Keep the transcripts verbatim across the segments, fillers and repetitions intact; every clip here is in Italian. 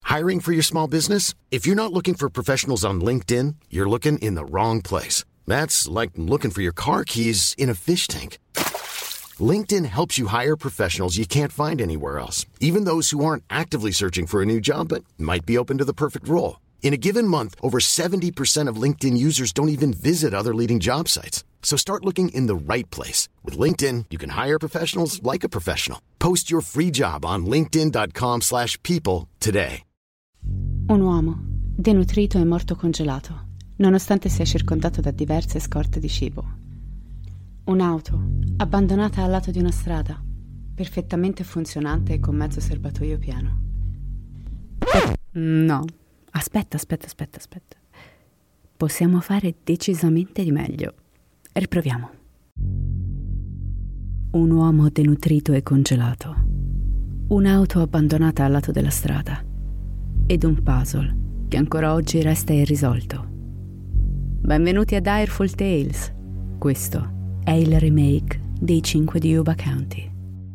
Hiring for your small business? If you're not looking for professionals on LinkedIn, you're looking in the wrong place. That's like looking for your car keys in a fish tank. LinkedIn helps you hire professionals you can't find anywhere else, even those who aren't actively searching for a new job but might be open to the perfect role. In a given month, over seventy percent of LinkedIn users don't even visit other leading job sites. So start looking in the right place. With LinkedIn, you can hire professionals like a professional. Post your free job on linkedin.com slash people today. Un uomo, denutrito e morto congelato, nonostante sia circondato da diverse scorte di cibo. Un'auto, abbandonata al lato di una strada, perfettamente funzionante e con mezzo serbatoio pieno. No, aspetta, aspetta, aspetta, aspetta. Possiamo fare decisamente di meglio. Riproviamo. Un uomo denutrito e congelato. Un'auto abbandonata al lato della strada. Ed un puzzle che ancora oggi resta irrisolto. Benvenuti a Direful Tales. Questo è il remake dei cinque di Yuba County.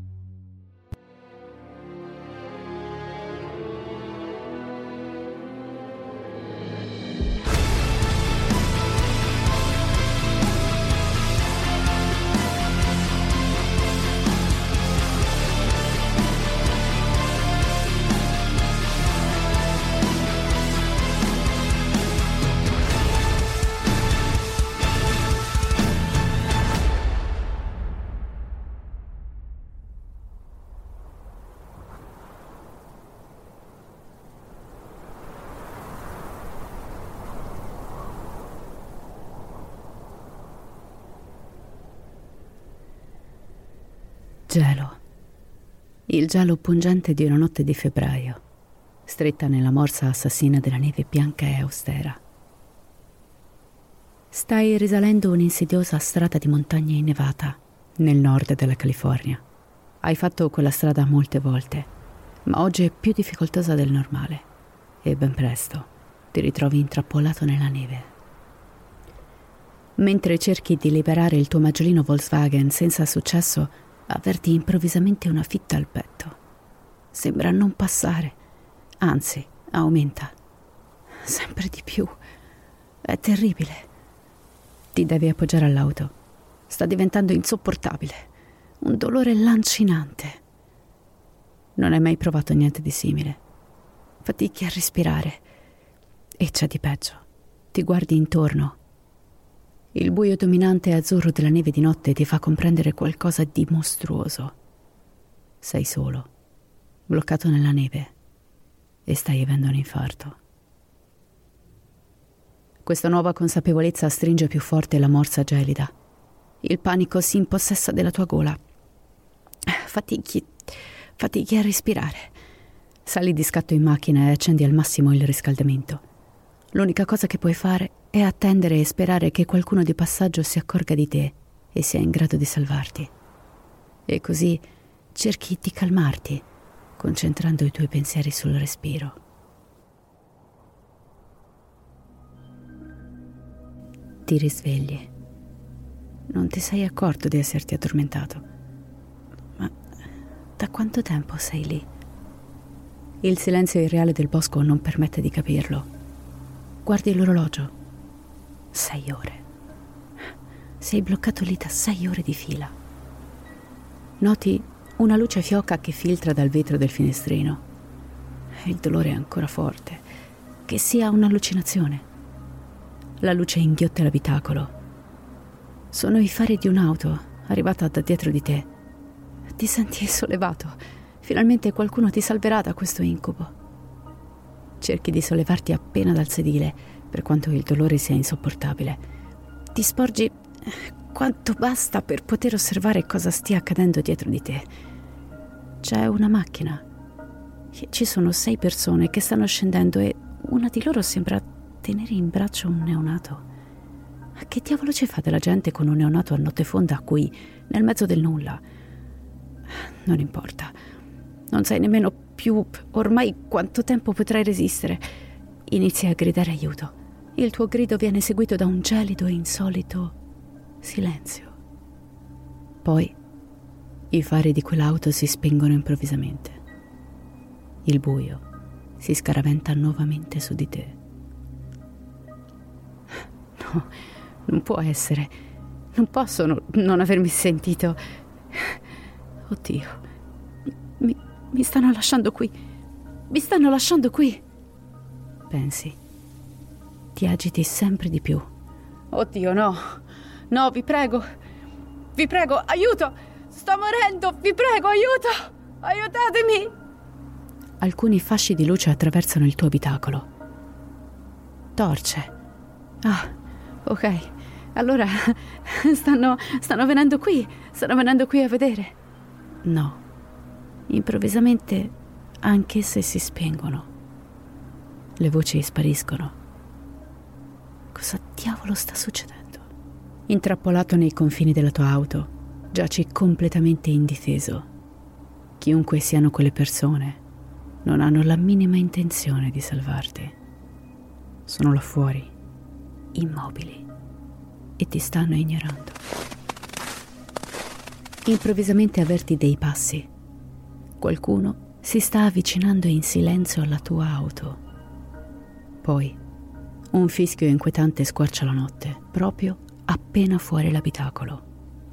Gelo. Il gelo pungente di una notte di febbraio, stretta nella morsa assassina della neve bianca e austera. Stai risalendo un'insidiosa strada di montagna innevata nel nord della California. Hai fatto quella strada molte volte, ma oggi è più difficoltosa del normale e ben presto ti ritrovi intrappolato nella neve. Mentre cerchi di liberare il tuo maggiolino Volkswagen senza successo, avverti improvvisamente una fitta al petto. Sembra non passare, anzi, aumenta. Sempre di più. È terribile. Ti devi appoggiare all'auto. Sta diventando insopportabile. Un dolore lancinante. Non hai mai provato niente di simile. Fatichi a respirare. E c'è di peggio. Ti guardi intorno. Il buio dominante e azzurro della neve di notte ti fa comprendere qualcosa di mostruoso. Sei solo, bloccato nella neve, e stai avendo un infarto. Questa nuova consapevolezza stringe più forte la morsa gelida. Il panico si impossessa della tua gola. Fatichi, fatichi a respirare. Sali di scatto in macchina e accendi al massimo il riscaldamento. L'unica cosa che puoi fare è attendere e sperare che qualcuno di passaggio si accorga di te e sia in grado di salvarti. E così cerchi di calmarti, concentrando i tuoi pensieri sul respiro. Ti risvegli. Non ti sei accorto di esserti addormentato. Ma da quanto tempo sei lì? Il silenzio irreale del bosco non permette di capirlo. Guardi l'orologio. Sei ore. Sei bloccato lì da sei ore di fila. Noti una luce fioca che filtra dal vetro del finestrino. Il dolore è ancora forte. Che sia un'allucinazione. La luce inghiotte l'abitacolo. Sono i fari di un'auto arrivata da dietro di te. Ti senti sollevato. Finalmente qualcuno ti salverà da questo incubo. Cerchi di sollevarti appena dal sedile, per quanto il dolore sia insopportabile. Ti sporgi quanto basta per poter osservare cosa stia accadendo dietro di te. C'è una macchina. Ci sono sei persone che stanno scendendo e una di loro sembra tenere in braccio un neonato. Ma che diavolo ci fa della gente con un neonato a notte fonda qui, nel mezzo del nulla? Non importa. Non sai nemmeno più ormai quanto tempo potrai resistere. Inizi a gridare aiuto. Il tuo grido viene seguito da un gelido e insolito silenzio. Poi i fari di quell'auto si spengono improvvisamente. Il buio si scaraventa nuovamente su di te. No, non può essere. Non posso no, non avermi sentito. Oddio. Mi, mi stanno lasciando qui. Mi stanno lasciando qui. Pensi. Ti agiti sempre di più. Oddio, no. No, vi prego. Vi prego, aiuto. Sto morendo. Vi prego, aiuto. Aiutatemi. Alcuni fasci di luce attraversano il tuo abitacolo. Torce. Ah, ok. Allora stanno, stanno venendo qui. Stanno venendo qui a vedere. No. Improvvisamente, anche se si spengono, le voci spariscono. Cosa diavolo sta succedendo? Intrappolato nei confini della tua auto, giaci completamente indifeso. Chiunque siano quelle persone, non hanno la minima intenzione di salvarti. Sono là fuori, immobili, e ti stanno ignorando. Improvvisamente avverti dei passi. Qualcuno si sta avvicinando in silenzio alla tua auto. Poi un fischio inquietante squarcia la notte, proprio appena fuori l'abitacolo.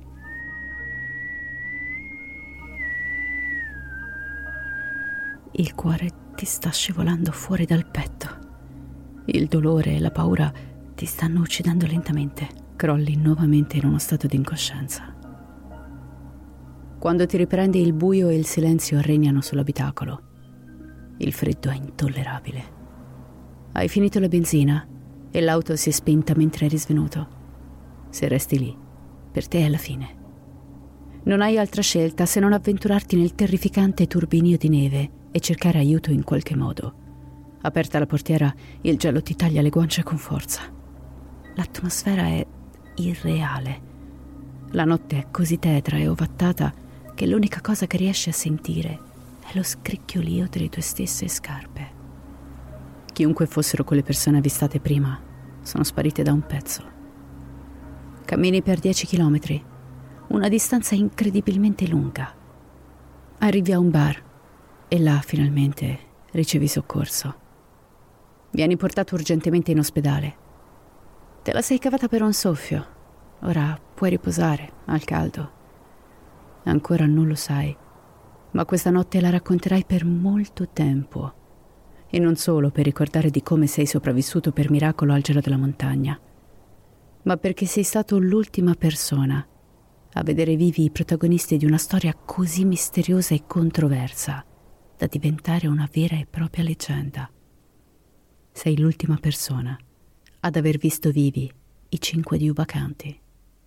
Il cuore ti sta scivolando fuori dal petto. Il dolore e la paura ti stanno uccidendo lentamente. Crolli nuovamente in uno stato di incoscienza. Quando ti riprendi, il buio e il silenzio regnano sull'abitacolo. Il freddo è intollerabile. Hai finito la benzina e l'auto si è spenta mentre eri svenuto. Se resti lì, per te è la fine. Non hai altra scelta se non avventurarti nel terrificante turbinio di neve e cercare aiuto in qualche modo. Aperta la portiera, il gelo ti taglia le guance con forza. L'atmosfera è irreale. La notte è così tetra e ovattata che l'unica cosa che riesci a sentire è lo scricchiolio delle tue stesse scarpe. Chiunque fossero quelle persone avvistate prima, sono sparite da un pezzo. Cammini per dieci chilometri, una distanza incredibilmente lunga. Arrivi a un bar e là finalmente ricevi soccorso. Vieni portato urgentemente in ospedale. Te la sei cavata per un soffio. Ora puoi riposare al caldo. Ancora non lo sai, ma questa notte la racconterai per molto tempo. E non solo per ricordare di come sei sopravvissuto per miracolo al gelo della montagna, ma perché sei stato l'ultima persona a vedere vivi i protagonisti di una storia così misteriosa e controversa da diventare una vera e propria leggenda. Sei l'ultima persona ad aver visto vivi i cinque diubacanti.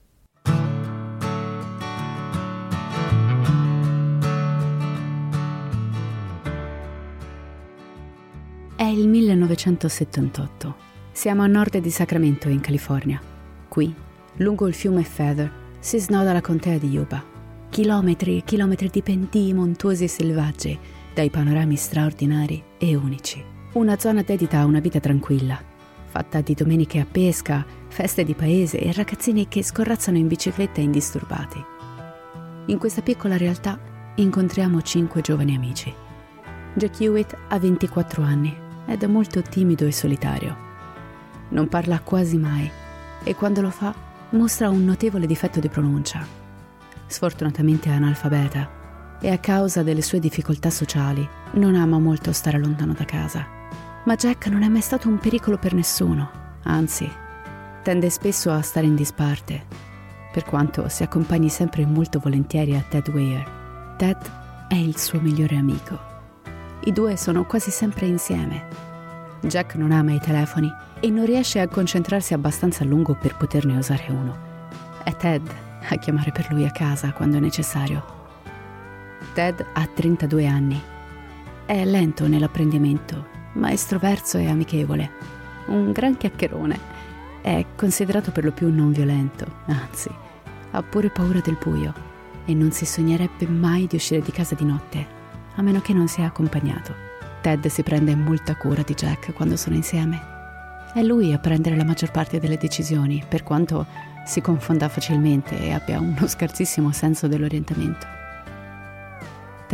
È il millenovecentosettantotto. Siamo a nord di Sacramento, in California. Qui, lungo il fiume Feather, si snoda la contea di Yuba. Chilometri e chilometri di pendii montuosi e selvaggi, dai panorami straordinari e unici. Una zona dedita a una vita tranquilla, fatta di domeniche a pesca, feste di paese e ragazzini che scorrazzano in bicicletta indisturbati. In questa piccola realtà incontriamo cinque giovani amici. Jack Hewitt ha ventiquattro anni ed è molto timido e solitario. Non parla quasi mai e quando lo fa mostra un notevole difetto di pronuncia. Sfortunatamente è analfabeta e a causa delle sue difficoltà sociali non ama molto stare lontano da casa. Ma Jack non è mai stato un pericolo per nessuno, anzi, tende spesso a stare in disparte, per quanto si accompagni sempre molto volentieri a Ted Weir. Ted è il suo migliore amico. I due sono quasi sempre insieme. Jack non ama i telefoni e non riesce a concentrarsi abbastanza a lungo per poterne usare uno. È Ted a chiamare per lui a casa quando è necessario. Ted ha trentadue anni. È lento nell'apprendimento, ma estroverso e amichevole. Un gran chiacchierone. È considerato per lo più non violento, anzi, ha pure paura del buio e non si sognerebbe mai di uscire di casa di notte, a meno che non sia accompagnato. Ted si prende molta cura di Jack quando sono insieme. È lui a prendere la maggior parte delle decisioni, per quanto si confonda facilmente e abbia uno scarsissimo senso dell'orientamento. Ted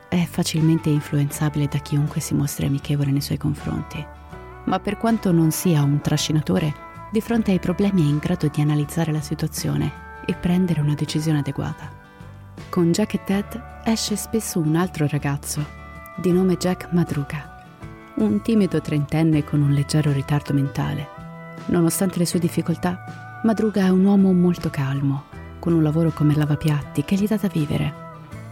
è facilmente influenzabile da chiunque si mostri amichevole nei suoi confronti, ma per quanto non sia un trascinatore, di fronte ai problemi è in grado di analizzare la situazione e prendere una decisione adeguata. Con Jack e Ted esce spesso un altro ragazzo, di nome Jack Madruga, un timido trentenne con un leggero ritardo mentale. Nonostante le sue difficoltà, Madruga è un uomo molto calmo, con un lavoro come lavapiatti che gli dà da vivere.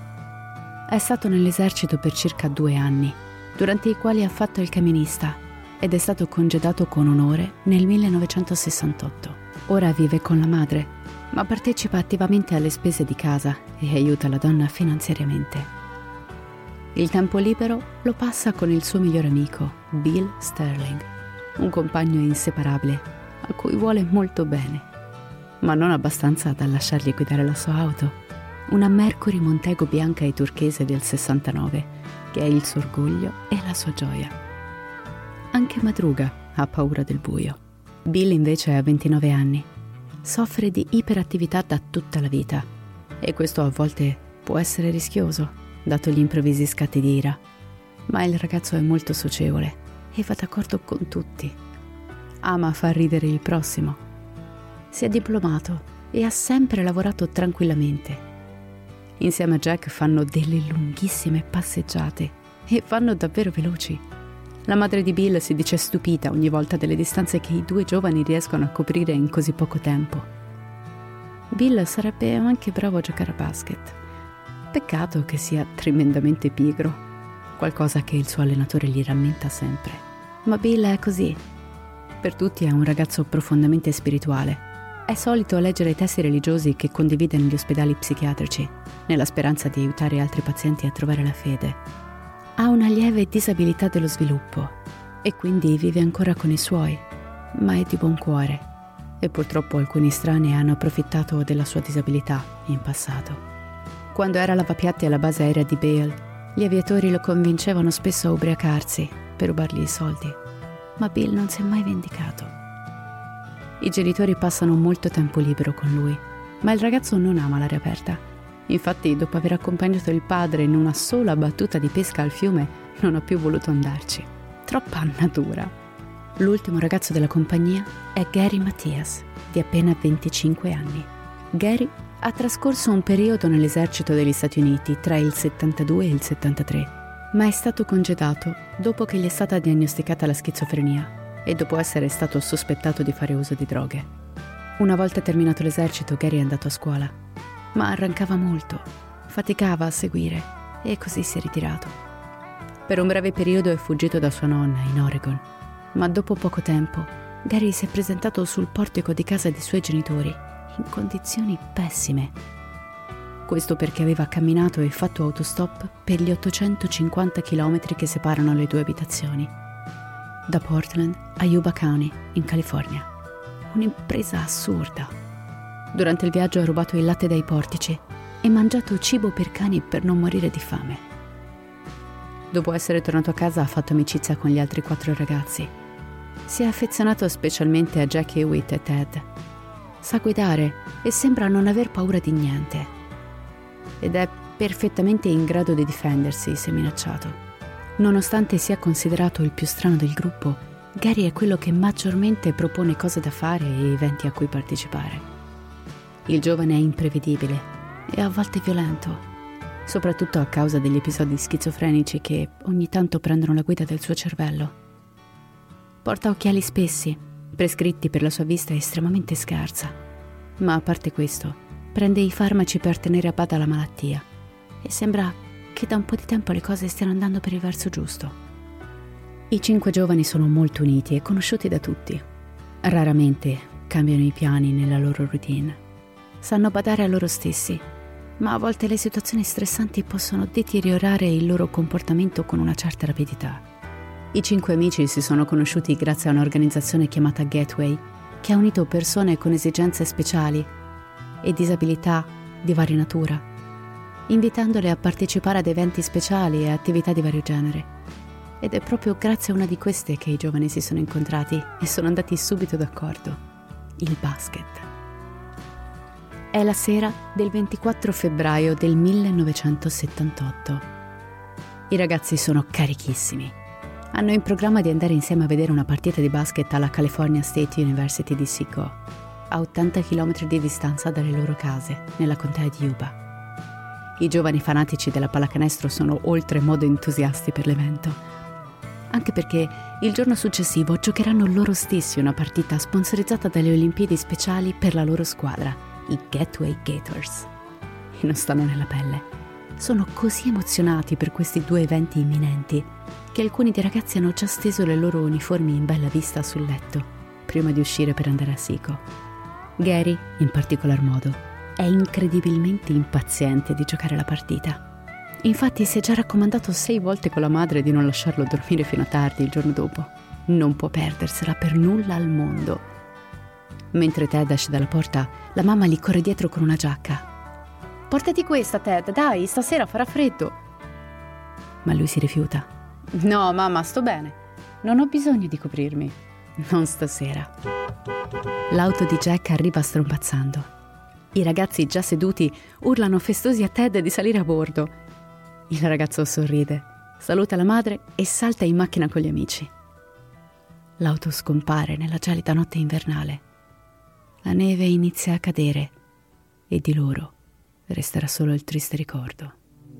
È stato nell'esercito per circa due anni, durante i quali ha fatto il camionista, ed è stato congedato con onore nel millenovecentosessantotto. Ora vive con la madre, ma partecipa attivamente alle spese di casa e aiuta la donna finanziariamente. Il tempo libero lo passa con il suo migliore amico, Bill Sterling, un compagno inseparabile a cui vuole molto bene, ma non abbastanza da lasciargli guidare la sua auto, una Mercury Montego bianca e turchese del sessantanove, che è il suo orgoglio e la sua gioia. Anche Madruga ha paura del buio. Bill invece ha ventinove anni. Soffre di iperattività da tutta la vita e questo a volte può essere rischioso, dato gli improvvisi scatti di ira. Ma il ragazzo è molto socievole e va d'accordo con tutti. Ama far ridere il prossimo. Si è diplomato e ha sempre lavorato tranquillamente. Insieme a Jack fanno delle lunghissime passeggiate e vanno davvero veloci. La madre di Bill si dice stupita ogni volta delle distanze che i due giovani riescono a coprire in così poco tempo. Bill sarebbe anche bravo a giocare a basket. Peccato che sia tremendamente pigro, qualcosa che il suo allenatore gli rammenta sempre. Ma Bill è così. Per tutti è un ragazzo profondamente spirituale. È solito leggere i testi religiosi che condivide negli ospedali psichiatrici, nella speranza di aiutare altri pazienti a trovare la fede. Ha una lieve disabilità dello sviluppo e quindi vive ancora con i suoi, ma è di buon cuore e purtroppo alcuni strani hanno approfittato della sua disabilità in passato. Quando era lavapiatti alla base aerea di Bale, gli aviatori lo convincevano spesso a ubriacarsi per rubargli i soldi, ma Bill non si è mai vendicato. I genitori passano molto tempo libero con lui, ma il ragazzo non ama l'aria aperta. Infatti, dopo aver accompagnato il padre in una sola battuta di pesca al fiume, non ha più voluto andarci. Troppa natura. L'ultimo ragazzo della compagnia è Gary Mathias, di appena venticinque anni. Gary ha trascorso un periodo nell'esercito degli Stati Uniti tra il settantadue e il settantatré, ma è stato congedato dopo che gli è stata diagnosticata la schizofrenia e dopo essere stato sospettato di fare uso di droghe. Una volta terminato l'esercito, Gary è andato a scuola, ma arrancava molto, faticava a seguire e così si è ritirato. Per un breve periodo è fuggito da sua nonna in Oregon, ma dopo poco tempo Gary si è presentato sul portico di casa dei suoi genitori in condizioni pessime. Questo perché aveva camminato e fatto autostop per gli ottocentocinquanta chilometri che separano le due abitazioni, da Portland a Yuba County, in California. Un'impresa assurda. Durante il viaggio ha rubato il latte dai portici e mangiato cibo per cani per non morire di fame. Dopo essere tornato a casa ha fatto amicizia con gli altri quattro ragazzi. Si è affezionato specialmente a Jack Hewitt e Ted. Sa guidare e sembra non aver paura di niente. Ed è perfettamente in grado di difendersi se minacciato. Nonostante sia considerato il più strano del gruppo, Gary è quello che maggiormente propone cose da fare e eventi a cui partecipare. Il giovane è imprevedibile e a volte violento, soprattutto a causa degli episodi schizofrenici che ogni tanto prendono la guida del suo cervello. Porta occhiali spessi, prescritti per la sua vista estremamente scarsa, ma a parte questo, prende i farmaci per tenere a bada la malattia e sembra che da un po' di tempo le cose stiano andando per il verso giusto. I cinque giovani sono molto uniti e conosciuti da tutti. Raramente cambiano i piani nella loro routine. Sanno badare a loro stessi, ma a volte le situazioni stressanti possono deteriorare il loro comportamento con una certa rapidità. I cinque amici si sono conosciuti grazie a un'organizzazione chiamata Gateway, che ha unito persone con esigenze speciali e disabilità di varia natura, invitandole a partecipare ad eventi speciali e attività di vario genere. Ed è proprio grazie a una di queste che i giovani si sono incontrati e sono andati subito d'accordo: il basket. È la sera del ventiquattro febbraio del millenovecentosettantotto. I ragazzi sono carichissimi. Hanno in programma di andare insieme a vedere una partita di basket alla California State University di Seco, a ottanta chilometri di distanza dalle loro case, nella contea di Yuba. I giovani fanatici della pallacanestro sono oltremodo entusiasti per l'evento, anche perché il giorno successivo giocheranno loro stessi una partita sponsorizzata dalle Olimpiadi speciali per la loro squadra, i Gateway Gators. E non stanno nella pelle. Sono così emozionati per questi due eventi imminenti che alcuni dei ragazzi hanno già steso le loro uniformi in bella vista sul letto prima di uscire per andare a Seco. Gary, in particolar modo, è incredibilmente impaziente di giocare la partita. Infatti si è già raccomandato sei volte con la madre di non lasciarlo dormire fino a tardi il giorno dopo. Non può perdersela per nulla al mondo. Mentre Ted esce dalla porta, la mamma gli corre dietro con una giacca. «Portati questa, Ted, dai, stasera farà freddo!» Ma lui si rifiuta. «No, mamma, sto bene. Non ho bisogno di coprirmi. Non stasera.» L'auto di Jack arriva strompazzando. I ragazzi già seduti urlano festosi a Ted di salire a bordo. Il ragazzo sorride, saluta la madre e salta in macchina con gli amici. L'auto scompare nella gelida notte invernale. La neve inizia a cadere e di loro resterà solo il triste ricordo.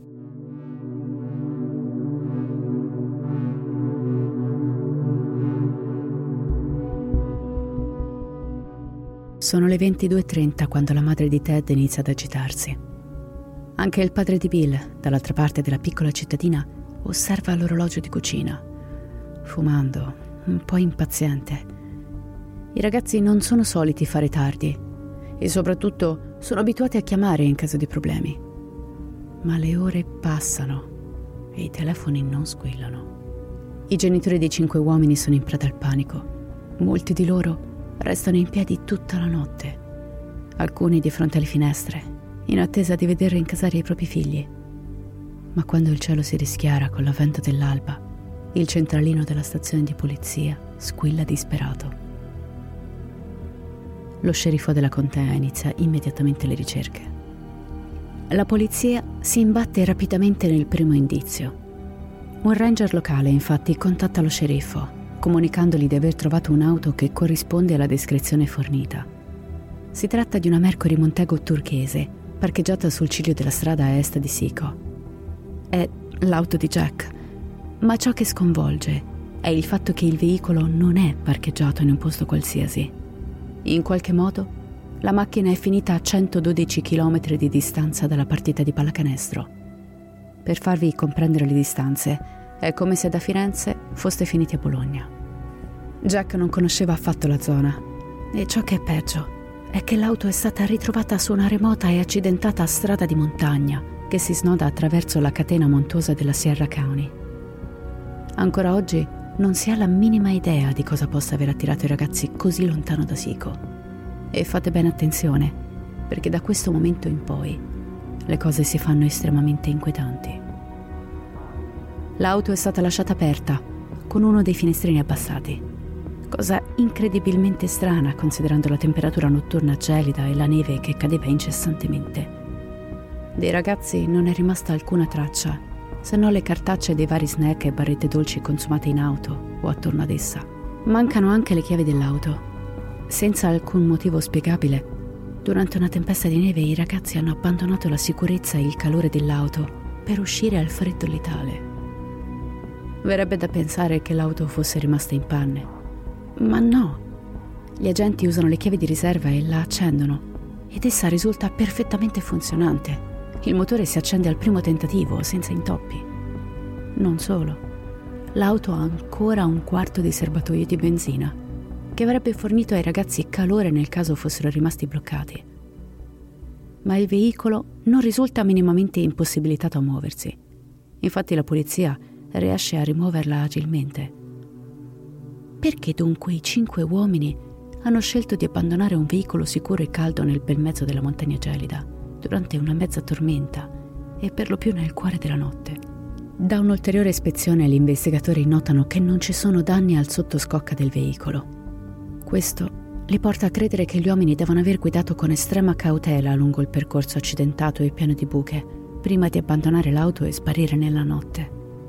Sono le ventidue e trenta quando la madre di Ted inizia ad agitarsi. Anche il padre di Bill, dall'altra parte della piccola cittadina, osserva l'orologio di cucina, fumando, un po' impaziente. I ragazzi non sono soliti fare tardi e soprattutto sono abituati a chiamare in caso di problemi. Ma le ore passano e i telefoni non squillano. I genitori dei cinque uomini sono in preda al panico. Molti di loro restano in piedi tutta la notte, alcuni di fronte alle finestre, in attesa di vedere rincasare i propri figli. Ma quando il cielo si rischiara con l'avvento dell'alba, il centralino della stazione di polizia squilla disperato. Lo sceriffo della contea inizia immediatamente le ricerche. La polizia si imbatte rapidamente nel primo indizio. Un ranger locale, infatti, contatta lo sceriffo, comunicandogli di aver trovato un'auto che corrisponde alla descrizione fornita. Si tratta di una Mercury Montego turchese, parcheggiata sul ciglio della strada a est di Seco. È l'auto di Jack, ma ciò che sconvolge è il fatto che il veicolo non è parcheggiato in un posto qualsiasi. In qualche modo, la macchina è finita a centododici chilometri di distanza dalla partita di pallacanestro. Per farvi comprendere le distanze, è come se da Firenze foste finiti a Bologna. Jack non conosceva affatto la zona, e ciò che è peggio è che l'auto è stata ritrovata su una remota e accidentata strada di montagna che si snoda attraverso la catena montuosa della Sierra County. Ancora oggi non si ha la minima idea di cosa possa aver attirato i ragazzi così lontano da Seco. E fate bene attenzione, perché da questo momento in poi le cose si fanno estremamente inquietanti. L'auto è stata lasciata aperta, con uno dei finestrini abbassati, cosa incredibilmente strana considerando la temperatura notturna gelida e la neve che cadeva incessantemente. Dei ragazzi non è rimasta alcuna traccia, se non le cartacce dei vari snack e barrette dolci consumate in auto o attorno ad essa. Mancano anche le chiavi dell'auto. Senza alcun motivo spiegabile, durante una tempesta di neve i ragazzi hanno abbandonato la sicurezza e il calore dell'auto per uscire al freddo letale. Verrebbe da pensare che l'auto fosse rimasta in panne, ma no. Gli agenti usano le chiavi di riserva e la accendono, ed essa risulta perfettamente funzionante. Il motore si accende al primo tentativo, senza intoppi. Non solo, l'auto ha ancora un quarto di serbatoio di benzina, che avrebbe fornito ai ragazzi calore nel caso fossero rimasti bloccati. Ma il veicolo non risulta minimamente impossibilitato a muoversi. Infatti la polizia riesce a rimuoverla agilmente. Perché dunque i cinque uomini hanno scelto di abbandonare un veicolo sicuro e caldo nel bel mezzo della montagna gelida, durante una mezza tormenta e per lo più nel cuore della notte? Da un'ulteriore ispezione gli investigatori notano che non ci sono danni al sottoscocca del veicolo. Questo li porta a credere che gli uomini devono aver guidato con estrema cautela lungo il percorso accidentato e pieno di buche, prima di abbandonare l'auto e sparire nella notte.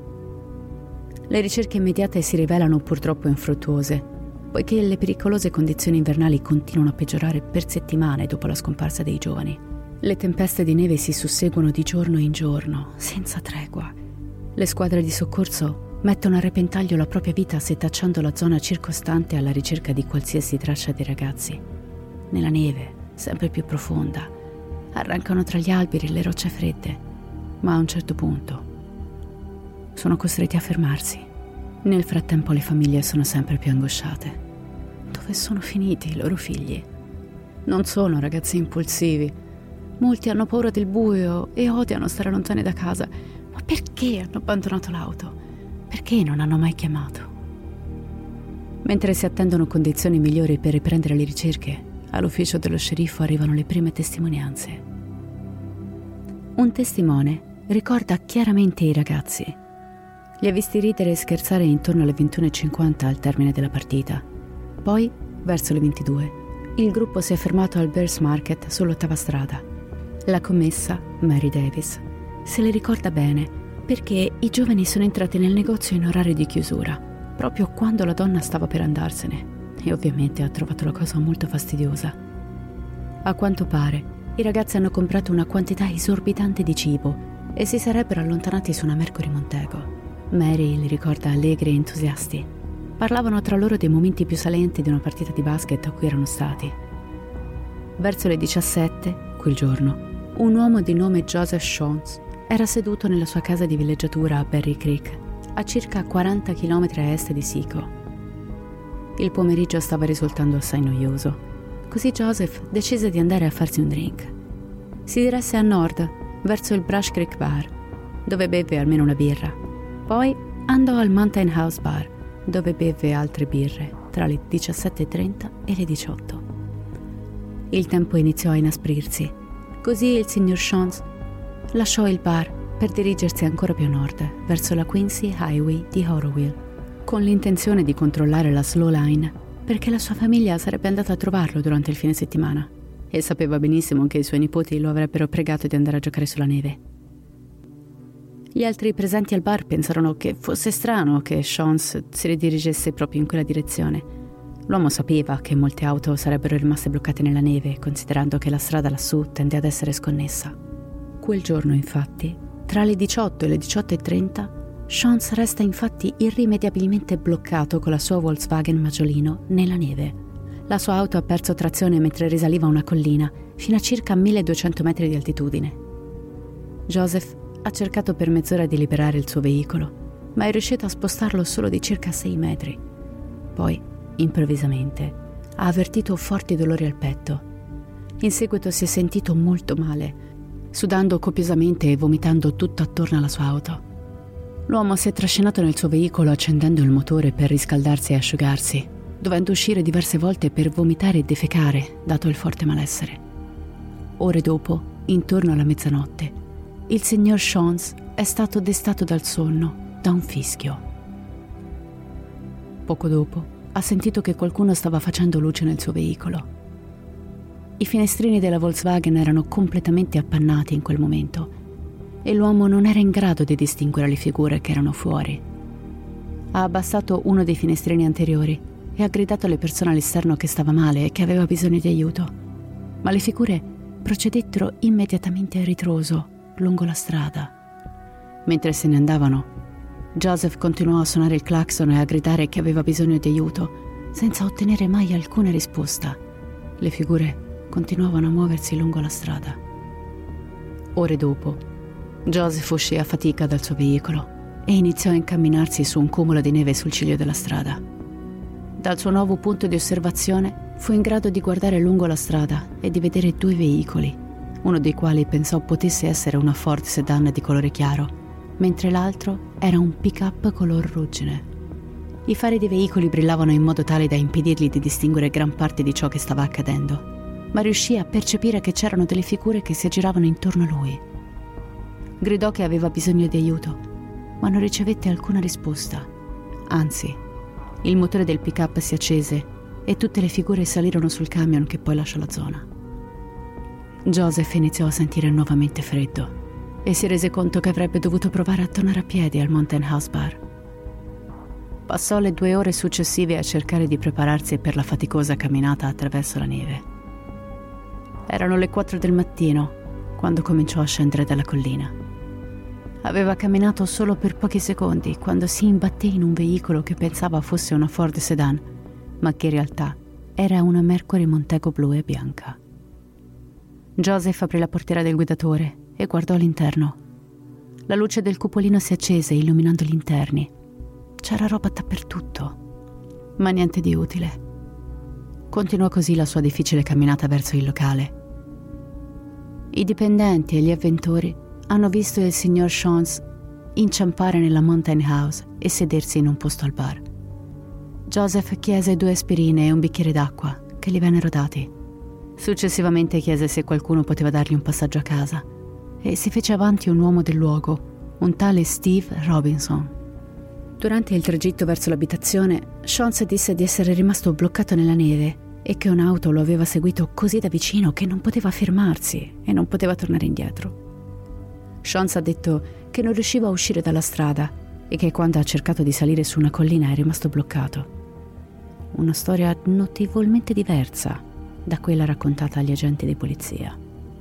Le ricerche immediate si rivelano purtroppo infruttuose, poiché le pericolose condizioni invernali continuano a peggiorare per settimane dopo la scomparsa dei giovani. Le tempeste di neve si susseguono di giorno in giorno, senza tregua. Le squadre di soccorso mettono a repentaglio la propria vita setacciando la zona circostante alla ricerca di qualsiasi traccia dei ragazzi. Nella neve, sempre più profonda, arrancano tra gli alberi e le rocce fredde, ma a un certo punto sono costretti a fermarsi. Nel frattempo le famiglie sono sempre più angosciate. Dove sono finiti i loro figli? Non sono ragazzi impulsivi. Molti hanno paura del buio e odiano stare lontani da casa. Ma perché hanno abbandonato l'auto? Perché non hanno mai chiamato? Mentre si attendono condizioni migliori per riprendere le ricerche, all'ufficio dello sceriffo arrivano le prime testimonianze. Un testimone ricorda chiaramente i ragazzi. Li ha visti ridere e scherzare intorno alle ventuno e cinquanta al termine della partita. Poi, verso le ventidue, il gruppo si è fermato al Bears Market sull'ottava strada. La commessa, Mary Davis, se le ricorda bene perché i giovani sono entrati nel negozio in orario di chiusura, proprio quando la donna stava per andarsene, e ovviamente ha trovato la cosa molto fastidiosa. A quanto pare, i ragazzi hanno comprato una quantità esorbitante di cibo e si sarebbero allontanati su una Mercury Montego. Mary li ricorda allegri e entusiasti. Parlavano tra loro dei momenti più salienti di una partita di basket a cui erano stati. Verso le diciassette, quel giorno, un uomo di nome Joseph Shantz era seduto nella sua casa di villeggiatura a Berry Creek, a circa quaranta chilometri a est di Sico. Il pomeriggio stava risultando assai noioso, così Joseph decise di andare a farsi un drink. Si diresse a nord, verso il Brush Creek Bar, dove beve almeno una birra. Poi andò al Mountain House Bar, dove beve altre birre tra le diciassette e trenta e le diciotto. Il tempo iniziò a inasprirsi, così il signor Shantz lasciò il bar per dirigersi ancora più a nord, verso la Quincy Highway di Horowell, con l'intenzione di controllare la slow line, perché la sua famiglia sarebbe andata a trovarlo durante il fine settimana e sapeva benissimo che i suoi nipoti lo avrebbero pregato di andare a giocare sulla neve. Gli altri presenti al bar pensarono che fosse strano che Shantz si ridirigesse proprio in quella direzione. L'uomo sapeva che molte auto sarebbero rimaste bloccate nella neve, considerando che la strada lassù tende ad essere sconnessa. Quel giorno, infatti, tra le diciotto e le diciotto e trenta, Shantz resta infatti irrimediabilmente bloccato con la sua Volkswagen Maggiolino nella neve. La sua auto ha perso trazione mentre risaliva una collina fino a circa milleduecento metri di altitudine. Joseph ha cercato per mezz'ora di liberare il suo veicolo, ma è riuscito a spostarlo solo di circa sei metri. Poi, improvvisamente, ha avvertito forti dolori al petto. In seguito si è sentito molto male, sudando copiosamente e vomitando tutto attorno alla sua auto. L'uomo si è trascinato nel suo veicolo accendendo il motore per riscaldarsi e asciugarsi, dovendo uscire diverse volte per vomitare e defecare, dato il forte malessere. Ore dopo, intorno alla mezzanotte, il signor Shantz è stato destato dal sonno da un fischio. Poco dopo ha sentito che qualcuno stava facendo luce nel suo veicolo. I finestrini della Volkswagen erano completamente appannati in quel momento e l'uomo non era in grado di distinguere le figure che erano fuori. Ha abbassato uno dei finestrini anteriori e ha gridato alle persone all'esterno che stava male e che aveva bisogno di aiuto, ma le figure procedettero immediatamente a ritroso lungo la strada. Mentre se ne andavano, Joseph continuò a suonare il clacson e a gridare che aveva bisogno di aiuto, senza ottenere mai alcuna risposta. Le figure continuavano a muoversi lungo la strada. Ore dopo, Joseph uscì a fatica dal suo veicolo e iniziò a incamminarsi su un cumulo di neve sul ciglio della strada. Dal suo nuovo punto di osservazione fu in grado di guardare lungo la strada e di vedere due veicoli, uno dei quali pensò potesse essere una Ford sedan di colore chiaro, mentre l'altro era un pick-up color ruggine. I fari dei veicoli brillavano in modo tale da impedirgli di distinguere gran parte di ciò che stava accadendo, ma riuscì a percepire che c'erano delle figure che si aggiravano intorno a lui. Gridò che aveva bisogno di aiuto, ma non ricevette alcuna risposta. Anzi, il motore del pick-up si accese e tutte le figure salirono sul camion che poi lasciò la zona. Joseph iniziò a sentire nuovamente freddo e si rese conto che avrebbe dovuto provare a tornare a piedi al Mountain House Bar. Passò le due ore successive a cercare di prepararsi per la faticosa camminata attraverso la neve. Erano le quattro del mattino quando cominciò a scendere dalla collina. Aveva camminato solo per pochi secondi quando si imbatté in un veicolo che pensava fosse una Ford Sedan, ma che in realtà era una Mercury Montego blu e bianca. Joseph aprì la portiera del guidatore e guardò all'interno. La luce del cupolino si accese illuminando gli interni. C'era roba dappertutto, ma niente di utile. Continuò così la sua difficile camminata verso il locale. I dipendenti e gli avventori hanno visto il signor Chance inciampare nella Mountain House e sedersi in un posto al bar. Joseph chiese due aspirine e un bicchiere d'acqua che gli vennero dati. Successivamente chiese se qualcuno poteva dargli un passaggio a casa e si fece avanti un uomo del luogo, un tale Steve Robinson. Durante il tragitto verso l'abitazione, Chance disse di essere rimasto bloccato nella neve e che un'auto lo aveva seguito così da vicino che non poteva fermarsi e non poteva tornare indietro. Chance ha detto che non riusciva a uscire dalla strada e che quando ha cercato di salire su una collina è rimasto bloccato. Una storia notevolmente diversa da quella raccontata agli agenti di polizia.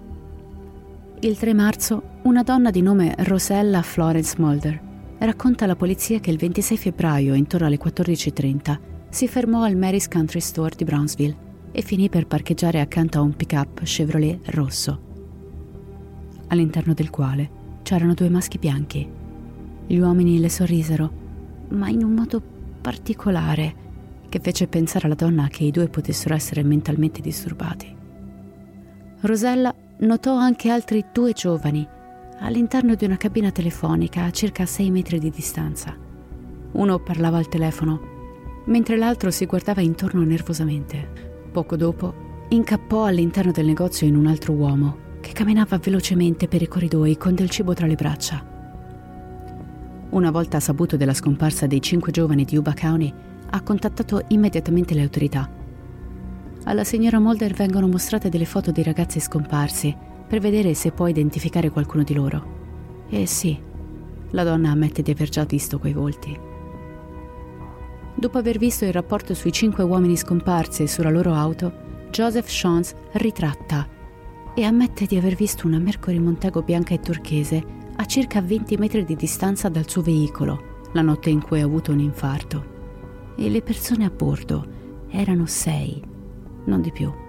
Il tre marzo, una donna di nome Rosella Florence Mulder racconta alla polizia che il ventisei febbraio, intorno alle quattordici e trenta, si fermò al Mary's Country Store di Brownsville e finì per parcheggiare accanto a un pick-up Chevrolet rosso, all'interno del quale c'erano due maschi bianchi. Gli uomini le sorrisero, ma in un modo particolare che fece pensare alla donna che i due potessero essere mentalmente disturbati. Rosella notò anche altri due giovani all'interno di una cabina telefonica a circa sei metri di distanza. Uno parlava al telefono, mentre l'altro si guardava intorno nervosamente. Poco dopo incappò all'interno del negozio in un altro uomo che camminava velocemente per i corridoi con del cibo tra le braccia. Una volta saputo della scomparsa dei cinque giovani di Yuba County, ha contattato immediatamente le autorità. Alla signora Mulder vengono mostrate delle foto dei ragazzi scomparsi per vedere se può identificare qualcuno di loro. E sì, la donna ammette di aver già visto quei volti. Dopo aver visto il rapporto sui cinque uomini scomparsi e sulla loro auto, Joseph Chance ritratta e ammette di aver visto una Mercury Montego bianca e turchese a circa venti metri di distanza dal suo veicolo la notte in cui ha avuto un infarto. E le persone a bordo erano sei, non di più.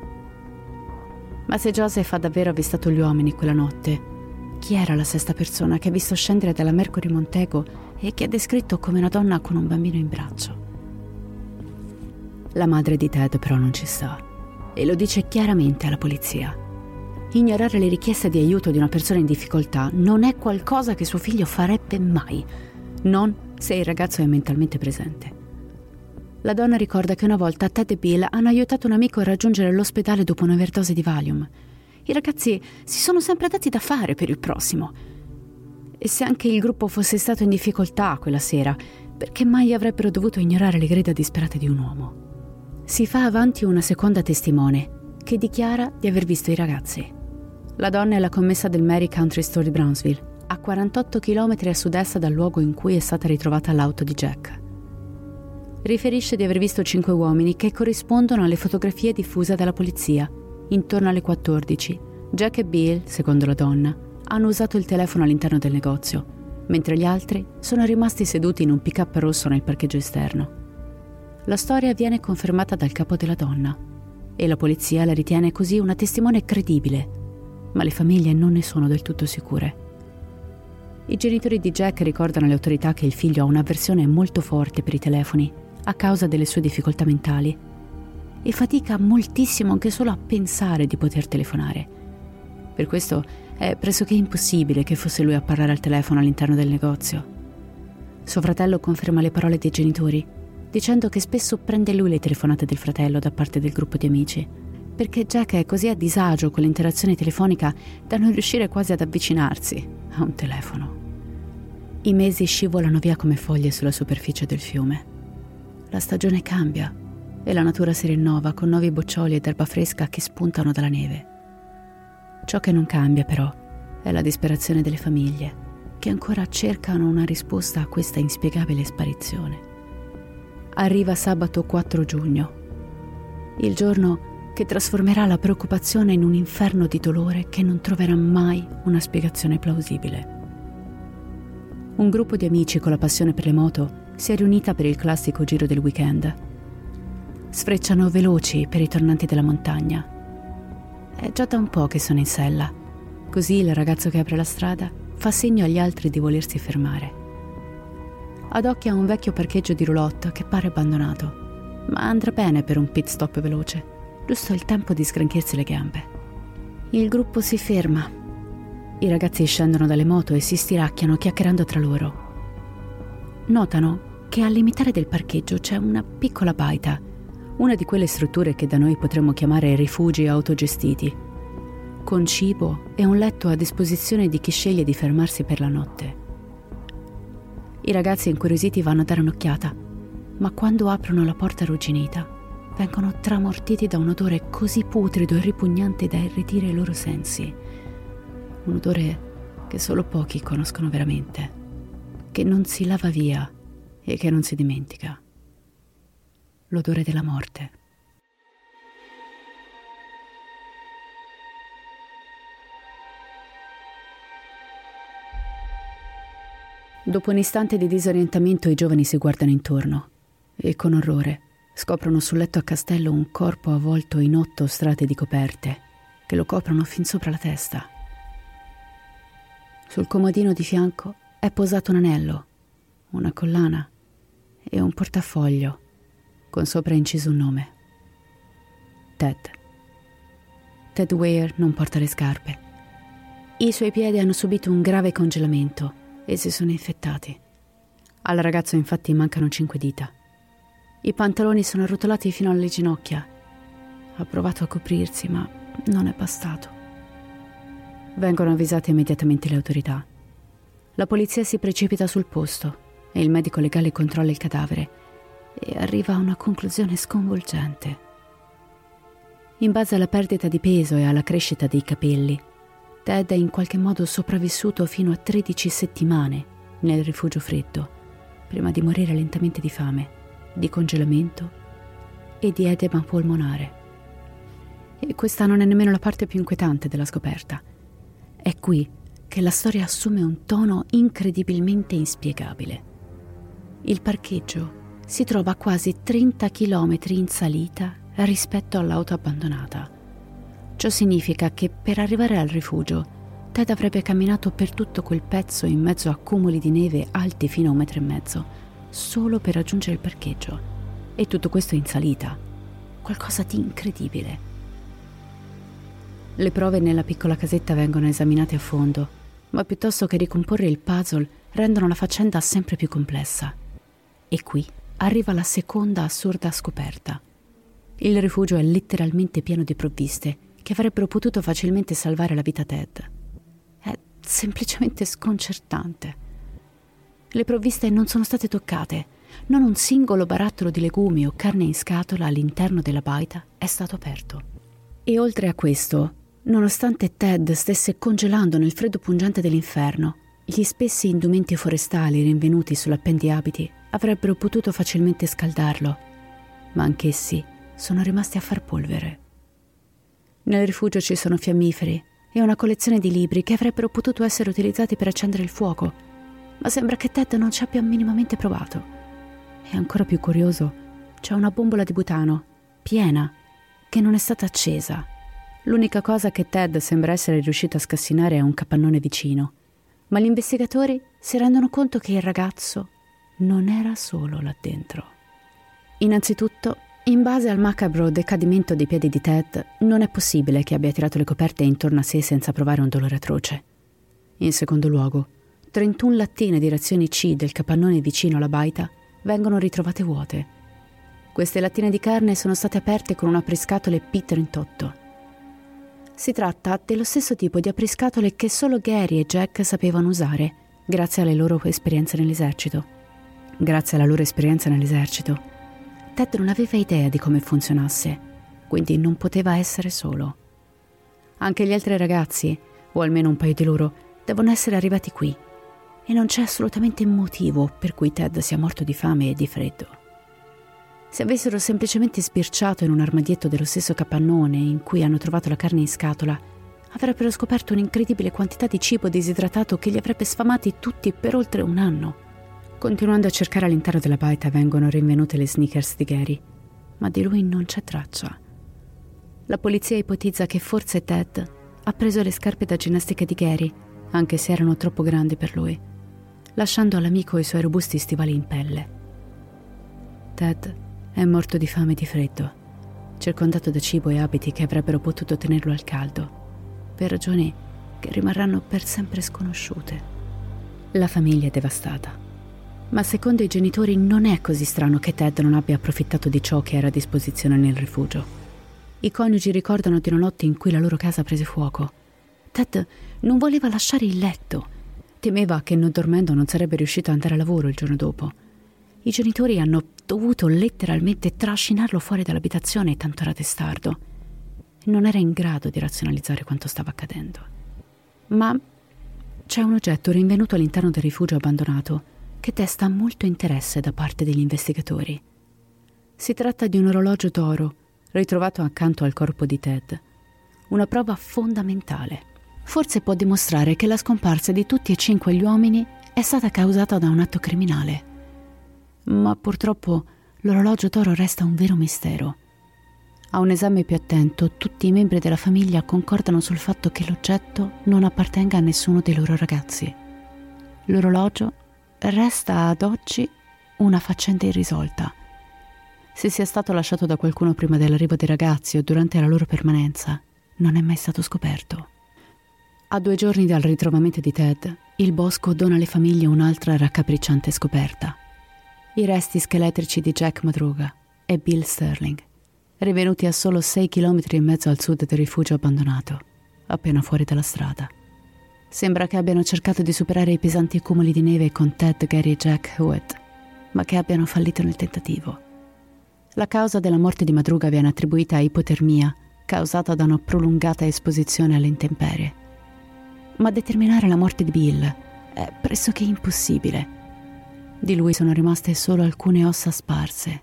Ma se Joseph ha davvero avvistato gli uomini quella notte, chi era la sesta persona che ha visto scendere dalla Mercury Montego e che ha descritto come una donna con un bambino in braccio? La madre di Ted però non ci sta e lo dice chiaramente alla polizia. Ignorare le richieste di aiuto di una persona in difficoltà non è qualcosa che suo figlio farebbe mai, non se il ragazzo è mentalmente presente. La donna ricorda che una volta Ted e Bill hanno aiutato un amico a raggiungere l'ospedale dopo un'overdose di Valium. I ragazzi si sono sempre dati da fare per il prossimo. E se anche il gruppo fosse stato in difficoltà quella sera, perché mai avrebbero dovuto ignorare le grida disperate di un uomo? Si fa avanti una seconda testimone che dichiara di aver visto i ragazzi. La donna è la commessa del Mary Country Store di Brownsville, a quarantotto chilometri a sud-est dal luogo in cui è stata ritrovata l'auto di Jack. Riferisce di aver visto cinque uomini che corrispondono alle fotografie diffuse dalla polizia. Intorno alle quattordici, Jack e Bill, secondo la donna, hanno usato il telefono all'interno del negozio, mentre gli altri sono rimasti seduti in un pick-up rosso nel parcheggio esterno. La storia viene confermata dal capo della donna e la polizia la ritiene così una testimone credibile, ma le famiglie non ne sono del tutto sicure. I genitori di Jack ricordano alle autorità che il figlio ha un'avversione molto forte per i telefoni a causa delle sue difficoltà mentali e fatica moltissimo anche solo a pensare di poter telefonare. Per questo è pressoché impossibile che fosse lui a parlare al telefono all'interno del negozio. Suo fratello conferma le parole dei genitori, dicendo che spesso prende lui le telefonate del fratello da parte del gruppo di amici, perché Jack è così a disagio con l'interazione telefonica da non riuscire quasi ad avvicinarsi a un telefono. I mesi scivolano via come foglie sulla superficie del fiume. La stagione cambia e la natura si rinnova con nuovi boccioli ed erba fresca che spuntano dalla neve. Ciò che non cambia però è la disperazione delle famiglie che ancora cercano una risposta a questa inspiegabile sparizione. arriva sabato quattro giugno, il giorno che trasformerà la preoccupazione in un inferno di dolore che non troverà mai una spiegazione plausibile. Un gruppo di amici con la passione per le moto si è riunita per il classico giro del weekend. Sfrecciano veloci per i tornanti della montagna. È già da un po' che sono in sella, così il ragazzo che apre la strada fa segno agli altri di volersi fermare. Adocchia un vecchio parcheggio di roulotte che pare abbandonato, ma andrà bene per un pit stop veloce, giusto il tempo di sgranchirsi le gambe. Il gruppo si ferma. I ragazzi scendono dalle moto e si stiracchiano chiacchierando tra loro. Notano che al limitare del parcheggio c'è una piccola baita, una di quelle strutture che da noi potremmo chiamare rifugi autogestiti, con cibo e un letto a disposizione di chi sceglie di fermarsi per la notte. I ragazzi incuriositi vanno a dare un'occhiata, ma quando aprono la porta arrugginita, vengono tramortiti da un odore così putrido e ripugnante da irretire i loro sensi. Un odore che solo pochi conoscono veramente, che non si lava via e che non si dimentica. L'odore della morte. Dopo un istante di disorientamento i giovani si guardano intorno e con orrore scoprono sul letto a castello un corpo avvolto in otto strati di coperte che lo coprono fin sopra la testa. Sul comodino di fianco è posato un anello, una collana e un portafoglio con sopra inciso un nome. Ted. Ted Weir non porta le scarpe. I suoi piedi hanno subito un grave congelamento e si sono infettati. Al ragazzo infatti mancano cinque dita. I pantaloni sono arrotolati fino alle ginocchia. Ha provato a coprirsi, ma non è bastato. Vengono avvisate immediatamente le autorità. La polizia si precipita sul posto e il medico legale controlla il cadavere e arriva a una conclusione sconvolgente. In base alla perdita di peso e alla crescita dei capelli, Ted è in qualche modo sopravvissuto fino a tredici settimane nel rifugio freddo, prima di morire lentamente di fame, di congelamento e di edema polmonare. E questa non è nemmeno la parte più inquietante della scoperta. È qui che la storia assume un tono incredibilmente inspiegabile. Il parcheggio si trova a quasi trenta chilometri in salita rispetto all'auto abbandonata. Ciò significa che per arrivare al rifugio Ted avrebbe camminato per tutto quel pezzo in mezzo a cumuli di neve alti fino a un metro e mezzo, solo per raggiungere il parcheggio. E tutto questo in salita. Qualcosa di incredibile. Le prove nella piccola casetta vengono esaminate a fondo, ma piuttosto che ricomporre il puzzle rendono la faccenda sempre più complessa. E qui arriva la seconda assurda scoperta. Il rifugio è letteralmente pieno di provviste che avrebbero potuto facilmente salvare la vita a Ted. È semplicemente sconcertante. Le provviste non sono state toccate, non un singolo barattolo di legumi o carne in scatola all'interno della baita è stato aperto. E oltre a questo, nonostante Ted stesse congelando nel freddo pungente dell'inferno, gli spessi indumenti forestali rinvenuti sull'appendiabiti avrebbero potuto facilmente scaldarlo, ma anch'essi sono rimasti a far polvere. Nel rifugio ci sono fiammiferi e una collezione di libri che avrebbero potuto essere utilizzati per accendere il fuoco, ma sembra che Ted non ci abbia minimamente provato. E ancora più curioso, c'è una bombola di butano, piena, che non è stata accesa. L'unica cosa che Ted sembra essere riuscito a scassinare è un capannone vicino, ma gli investigatori si rendono conto che il ragazzo non era solo là dentro. Innanzitutto, in base al macabro decadimento dei piedi di Ted, non è possibile che abbia tirato le coperte intorno a sé senza provare un dolore atroce. In secondo luogo, trentuno lattine di razioni C del capannone vicino alla baita vengono ritrovate vuote. Queste lattine di carne sono state aperte con un apriscatole P trentotto. Si tratta dello stesso tipo di apriscatole che solo Gary e Jack sapevano usare, grazie alle loro esperienze nell'esercito. Grazie alla loro esperienza nell'esercito, Ted non aveva idea di come funzionasse, quindi non poteva essere solo. Anche gli altri ragazzi, o almeno un paio di loro, devono essere arrivati qui, e non c'è assolutamente motivo per cui Ted sia morto di fame e di freddo. Se avessero semplicemente sbirciato in un armadietto dello stesso capannone in cui hanno trovato la carne in scatola, avrebbero scoperto un'incredibile quantità di cibo disidratato che li avrebbe sfamati tutti per oltre un anno. Continuando a cercare all'interno della baita vengono rinvenute le sneakers di Gary, ma di lui non c'è traccia. La polizia ipotizza che forse Ted ha preso le scarpe da ginnastica di Gary, anche se erano troppo grandi per lui, lasciando all'amico i suoi robusti stivali in pelle. Ted è morto di fame e di freddo, circondato da cibo e abiti che avrebbero potuto tenerlo al caldo, per ragioni che rimarranno per sempre sconosciute. La famiglia è devastata, ma secondo i genitori non è così strano che Ted non abbia approfittato di ciò che era a disposizione nel rifugio. I coniugi ricordano di una notte in cui la loro casa prese fuoco. Ted non voleva lasciare il letto, temeva che non dormendo non sarebbe riuscito ad andare a lavoro il giorno dopo. I genitori hanno dovuto letteralmente trascinarlo fuori dall'abitazione, tanto era testardo. Non era in grado di razionalizzare quanto stava accadendo. Ma c'è un oggetto rinvenuto all'interno del rifugio abbandonato che desta molto interesse da parte degli investigatori. Si tratta di un orologio d'oro ritrovato accanto al corpo di Ted. Una prova fondamentale. Forse può dimostrare che la scomparsa di tutti e cinque gli uomini è stata causata da un atto criminale. Ma purtroppo l'orologio d'oro resta un vero mistero. A un esame più attento, tutti i membri della famiglia concordano sul fatto che l'oggetto non appartenga a nessuno dei loro ragazzi. L'orologio resta ad oggi una faccenda irrisolta. Se sia stato lasciato da qualcuno prima dell'arrivo dei ragazzi o durante la loro permanenza, non è mai stato scoperto. A due giorni dal ritrovamento di Ted, il bosco dona alle famiglie un'altra raccapricciante scoperta. I resti scheletrici di Jack Madruga e Bill Sterling, rinvenuti a solo sei chilometri e mezzo al sud del rifugio abbandonato, appena fuori dalla strada. Sembra che abbiano cercato di superare i pesanti accumuli di neve con Ted, Gary e Jack Hewitt, ma che abbiano fallito nel tentativo. La causa della morte di Madruga viene attribuita a ipotermia, causata da una prolungata esposizione alle intemperie. Ma determinare la morte di Bill è pressoché impossibile. Di lui sono rimaste solo alcune ossa sparse.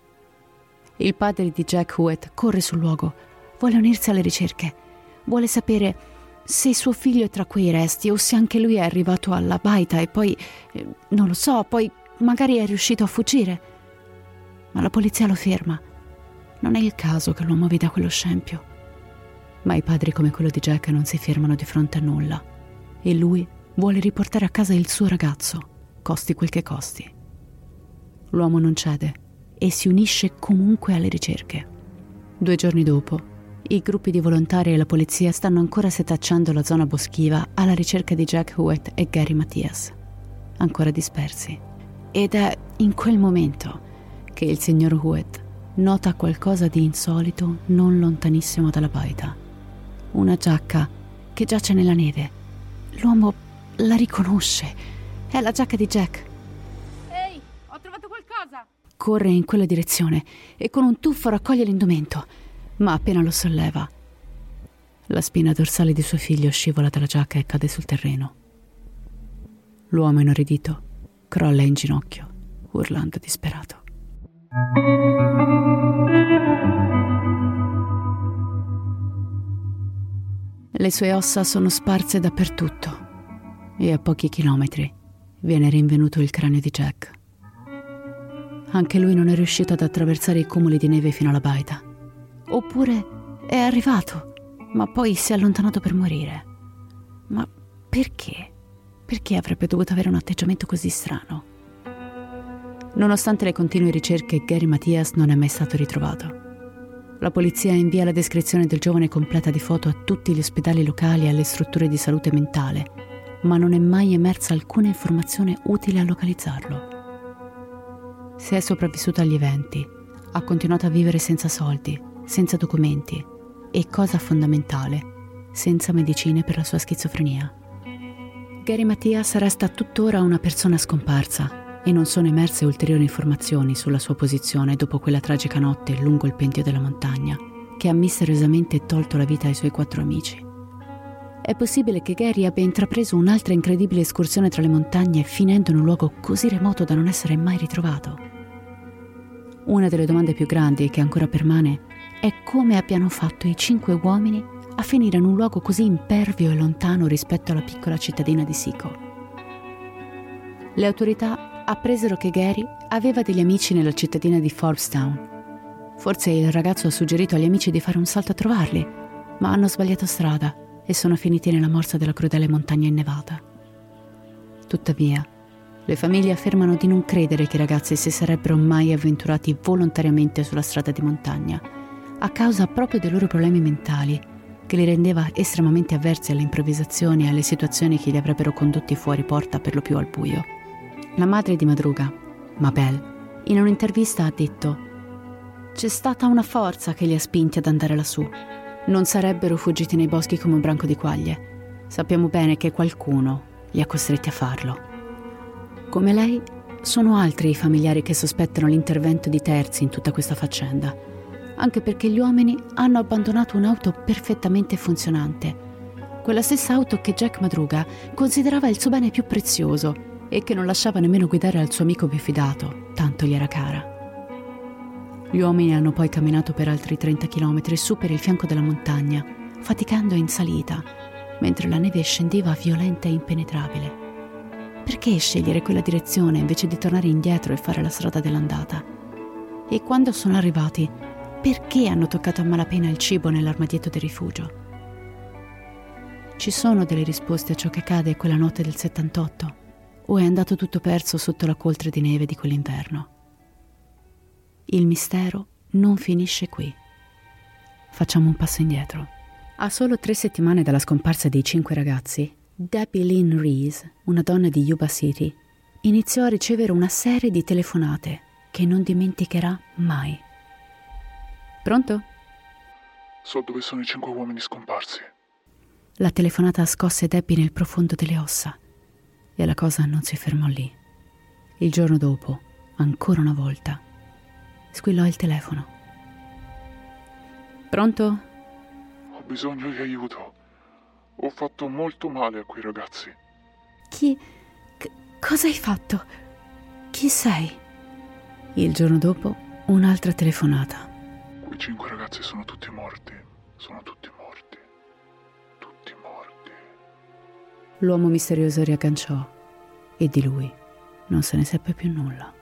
Il padre di Jack Hewitt corre sul luogo, vuole unirsi alle ricerche, vuole sapere se suo figlio è tra quei resti o se anche lui è arrivato alla baita e poi, eh, non lo so, poi magari è riuscito a fuggire. Ma la polizia lo ferma. Non è il caso che l'uomo veda quello scempio. Ma i padri come quello di Jack non si fermano di fronte a nulla e lui vuole riportare a casa il suo ragazzo, costi quel che costi. L'uomo non cede e si unisce comunque alle ricerche. Due giorni dopo, i gruppi di volontari e la polizia stanno ancora setacciando la zona boschiva alla ricerca di Jack Hewitt e Gary Mathias, ancora dispersi. Ed è in quel momento che il signor Hewitt nota qualcosa di insolito non lontanissimo dalla baita. Una giacca che giace nella neve. L'uomo la riconosce. È la giacca di Jack. Ehi, ho trovato qualcosa! Corre in quella direzione e con un tuffo raccoglie l'indumento, ma appena lo solleva, la spina dorsale di suo figlio scivola dalla giacca e cade sul terreno. L'uomo inorridito crolla in ginocchio, urlando disperato. Le sue ossa sono sparse dappertutto e a pochi chilometri viene rinvenuto il cranio di Jack. Anche lui non è riuscito ad attraversare i cumuli di neve fino alla baita. Oppure è arrivato, ma poi si è allontanato per morire. Ma perché? Perché avrebbe dovuto avere un atteggiamento così strano? Nonostante le continue ricerche, Gary Mathias non è mai stato ritrovato. La polizia invia la descrizione del giovane completa di foto a tutti gli ospedali locali e alle strutture di salute mentale, ma non è mai emersa alcuna informazione utile a localizzarlo. Se è sopravvissuto agli eventi, ha continuato a vivere senza soldi, senza documenti e, cosa fondamentale, senza medicine per la sua schizofrenia. Gary Mathias resta tuttora una persona scomparsa e non sono emerse ulteriori informazioni sulla sua posizione dopo quella tragica notte lungo il pendio della montagna che ha misteriosamente tolto la vita ai suoi quattro amici. È possibile che Gary abbia intrapreso un'altra incredibile escursione tra le montagne finendo in un luogo così remoto da non essere mai ritrovato. Una delle domande più grandi che ancora permane è come abbiano fatto i cinque uomini a finire in un luogo così impervio e lontano rispetto alla piccola cittadina di Sico. Le autorità appresero che Gary aveva degli amici nella cittadina di Forbstown. Forse il ragazzo ha suggerito agli amici di fare un salto a trovarli, ma hanno sbagliato strada e sono finiti nella morsa della crudele montagna innevata. Tuttavia, le famiglie affermano di non credere che i ragazzi si sarebbero mai avventurati volontariamente sulla strada di montagna, a causa proprio dei loro problemi mentali, che li rendeva estremamente avversi alle improvvisazioni e alle situazioni che li avrebbero condotti fuori porta per lo più al buio. La madre di Madruga, Mabel, in un'intervista ha detto: «C'è stata una forza che li ha spinti ad andare lassù. Non sarebbero fuggiti nei boschi come un branco di quaglie. Sappiamo bene che qualcuno li ha costretti a farlo». Come lei, sono altri i familiari che sospettano l'intervento di terzi in tutta questa faccenda, anche perché gli uomini hanno abbandonato un'auto perfettamente funzionante, quella stessa auto che Jack Madruga considerava il suo bene più prezioso e che non lasciava nemmeno guidare al suo amico più fidato, tanto gli era cara. Gli uomini hanno poi camminato per altri trenta chilometri su per il fianco della montagna, faticando in salita, mentre la neve scendeva violenta e impenetrabile. Perché scegliere quella direzione invece di tornare indietro e fare la strada dell'andata? E quando sono arrivati, perché hanno toccato a malapena il cibo nell'armadietto del rifugio? Ci sono delle risposte a ciò che accade quella notte del settantotto? O è andato tutto perso sotto la coltre di neve di quell'inverno? Il mistero non finisce qui. Facciamo un passo indietro. A solo tre settimane dalla scomparsa dei cinque ragazzi, Debbie Lynn Rees, una donna di Yuba City, iniziò a ricevere una serie di telefonate che non dimenticherà mai. Pronto? So dove sono i cinque uomini scomparsi. La telefonata scosse Debbie nel profondo delle ossa e la cosa non si fermò lì. Il giorno dopo, ancora una volta, squillò il telefono. Pronto? Ho bisogno di aiuto. Ho fatto molto male a quei ragazzi. Chi... C- cosa hai fatto? Chi sei? Il giorno dopo, un'altra telefonata. Quei cinque ragazzi sono tutti morti. Sono tutti morti. Tutti morti. L'uomo misterioso riagganciò e di lui non se ne seppe più nulla.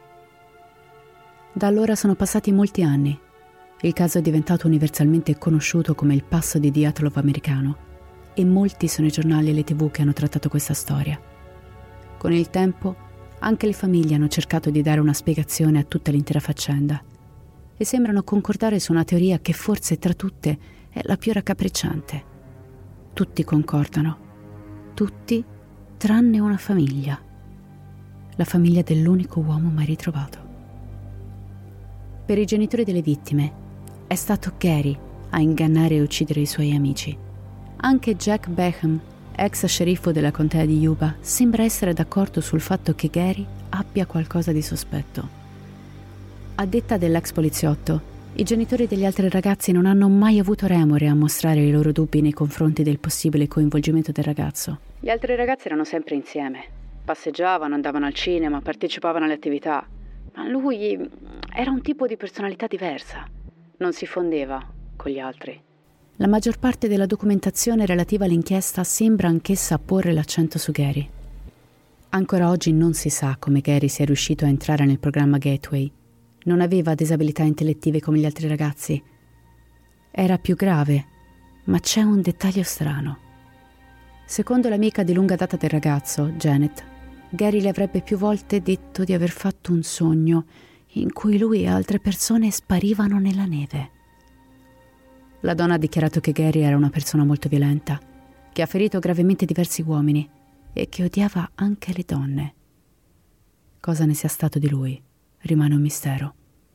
Da allora sono passati molti anni. Il caso è diventato universalmente conosciuto come il passo di Dyatlov americano e molti sono i giornali e le tv che hanno trattato questa storia. Con il tempo, anche le famiglie hanno cercato di dare una spiegazione a tutta l'intera faccenda e sembrano concordare su una teoria che forse tra tutte è la più raccapricciante. Tutti concordano. Tutti tranne una famiglia. La famiglia dell'unico uomo mai ritrovato. Per i genitori delle vittime è stato Gary a ingannare e uccidere i suoi amici. Anche Jack Beckham, ex sceriffo della contea di Yuba, sembra essere d'accordo sul fatto che Gary abbia qualcosa di sospetto. A detta dell'ex poliziotto, i genitori degli altri ragazzi non hanno mai avuto remore a mostrare i loro dubbi nei confronti del possibile coinvolgimento del ragazzo. Gli altri ragazzi erano sempre insieme. Passeggiavano, andavano al cinema, partecipavano alle attività. Ma lui era un tipo di personalità diversa. Non si fondeva con gli altri. La maggior parte della documentazione relativa all'inchiesta sembra anch'essa porre l'accento su Gary. Ancora oggi non si sa come Gary sia riuscito a entrare nel programma Gateway. Non aveva disabilità intellettive come gli altri ragazzi. Era più grave, ma c'è un dettaglio strano. Secondo l'amica di lunga data del ragazzo, Janet, Gary le avrebbe più volte detto di aver fatto un sogno in cui lui e altre persone sparivano nella neve. La donna ha dichiarato che Gary era una persona molto violenta, che ha ferito gravemente diversi uomini e che odiava anche le donne. Cosa ne sia stato di lui rimane un mistero.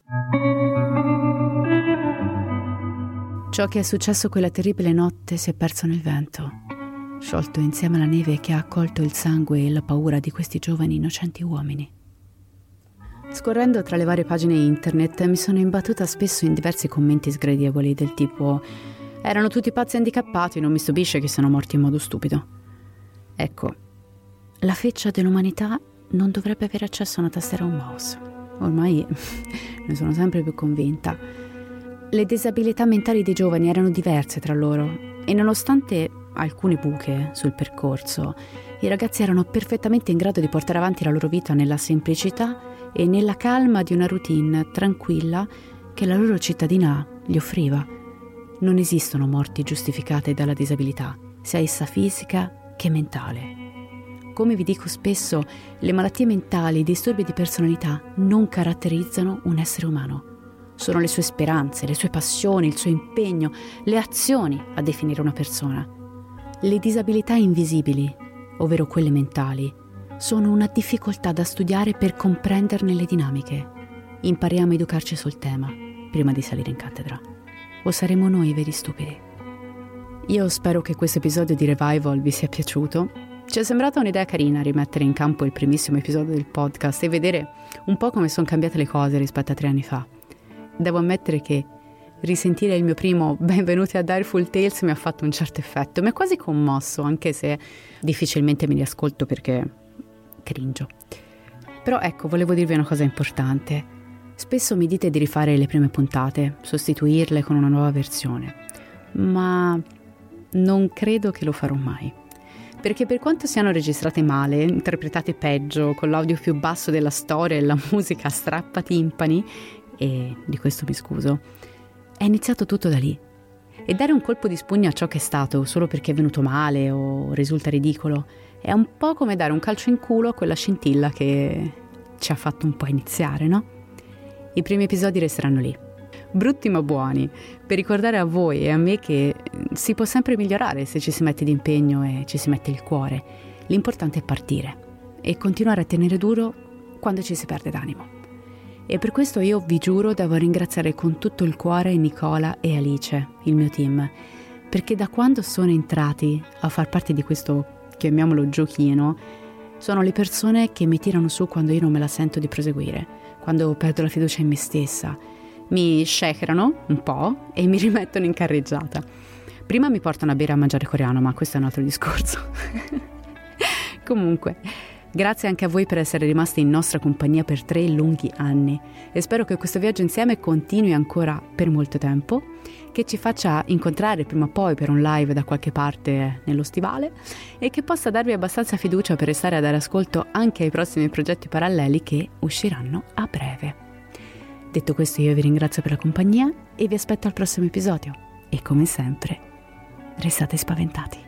Ciò che è successo quella terribile notte si è perso nel vento, sciolto insieme alla neve che ha accolto il sangue e la paura di questi giovani innocenti uomini. Scorrendo tra le varie pagine internet mi sono imbattuta spesso in diversi commenti sgradevoli del tipo: erano tutti pazzi handicappati, non mi stupisce che siano morti in modo stupido. Ecco, la feccia dell'umanità non dovrebbe avere accesso a una tastiera o un mouse. ormai ne sono sempre più convinta. Le disabilità mentali dei giovani erano diverse tra loro e nonostante alcune buche sul percorso, i ragazzi erano perfettamente in grado di portare avanti la loro vita nella semplicità e nella calma di una routine tranquilla che la loro cittadina gli offriva. Non esistono morti giustificate dalla disabilità, sia essa fisica che mentale. Come vi dico spesso, le malattie mentali e i disturbi di personalità non caratterizzano un essere umano. Sono le sue speranze, le sue passioni, il suo impegno, le azioni a definire una persona. Le disabilità invisibili, ovvero quelle mentali, sono una difficoltà da studiare per comprenderne le dinamiche. Impariamo a educarci sul tema prima di salire in cattedra. O saremo noi i veri stupidi? Io spero che questo episodio di Revival vi sia piaciuto. Ci è sembrata un'idea carina rimettere in campo il primissimo episodio del podcast e vedere un po' come sono cambiate le cose rispetto a tre anni fa. Devo ammettere che risentire il mio primo benvenuti a Direful Tales mi ha fatto un certo effetto, mi ha quasi commosso, anche se difficilmente mi riascolto perché cringio. Però ecco, volevo dirvi una cosa importante. Spesso mi dite di rifare le prime puntate, sostituirle con una nuova versione, ma non credo che lo farò mai. Perché per quanto siano registrate male, interpretate peggio, con l'audio più basso della storia e la musica strappatimpani, e di questo mi scuso, è iniziato tutto da lì. E dare un colpo di spugna a ciò che è stato solo perché è venuto male o risulta ridicolo è un po' come dare un calcio in culo a quella scintilla che ci ha fatto un po' iniziare, no? I primi episodi resteranno lì, brutti ma buoni, per ricordare a voi e a me che si può sempre migliorare se ci si mette d'impegno e ci si mette il cuore. L'importante è partire e continuare a tenere duro quando ci si perde d'animo. E per questo io vi giuro devo ringraziare con tutto il cuore Nicola e Alice, il mio team, perché da quando sono entrati a far parte di questo, chiamiamolo giochino, sono le persone che mi tirano su quando io non me la sento di proseguire, quando perdo la fiducia in me stessa, mi shakerano un po' e mi rimettono in carreggiata. Prima mi portano a bere a mangiare coreano, ma questo è un altro discorso. Comunque, grazie anche a voi per essere rimasti in nostra compagnia per tre lunghi anni e spero che questo viaggio insieme continui ancora per molto tempo, che ci faccia incontrare prima o poi per un live da qualche parte nello stivale e che possa darvi abbastanza fiducia per restare a dare ascolto anche ai prossimi progetti paralleli che usciranno a breve. Detto questo, io vi ringrazio per la compagnia e vi aspetto al prossimo episodio e come sempre restate spaventati.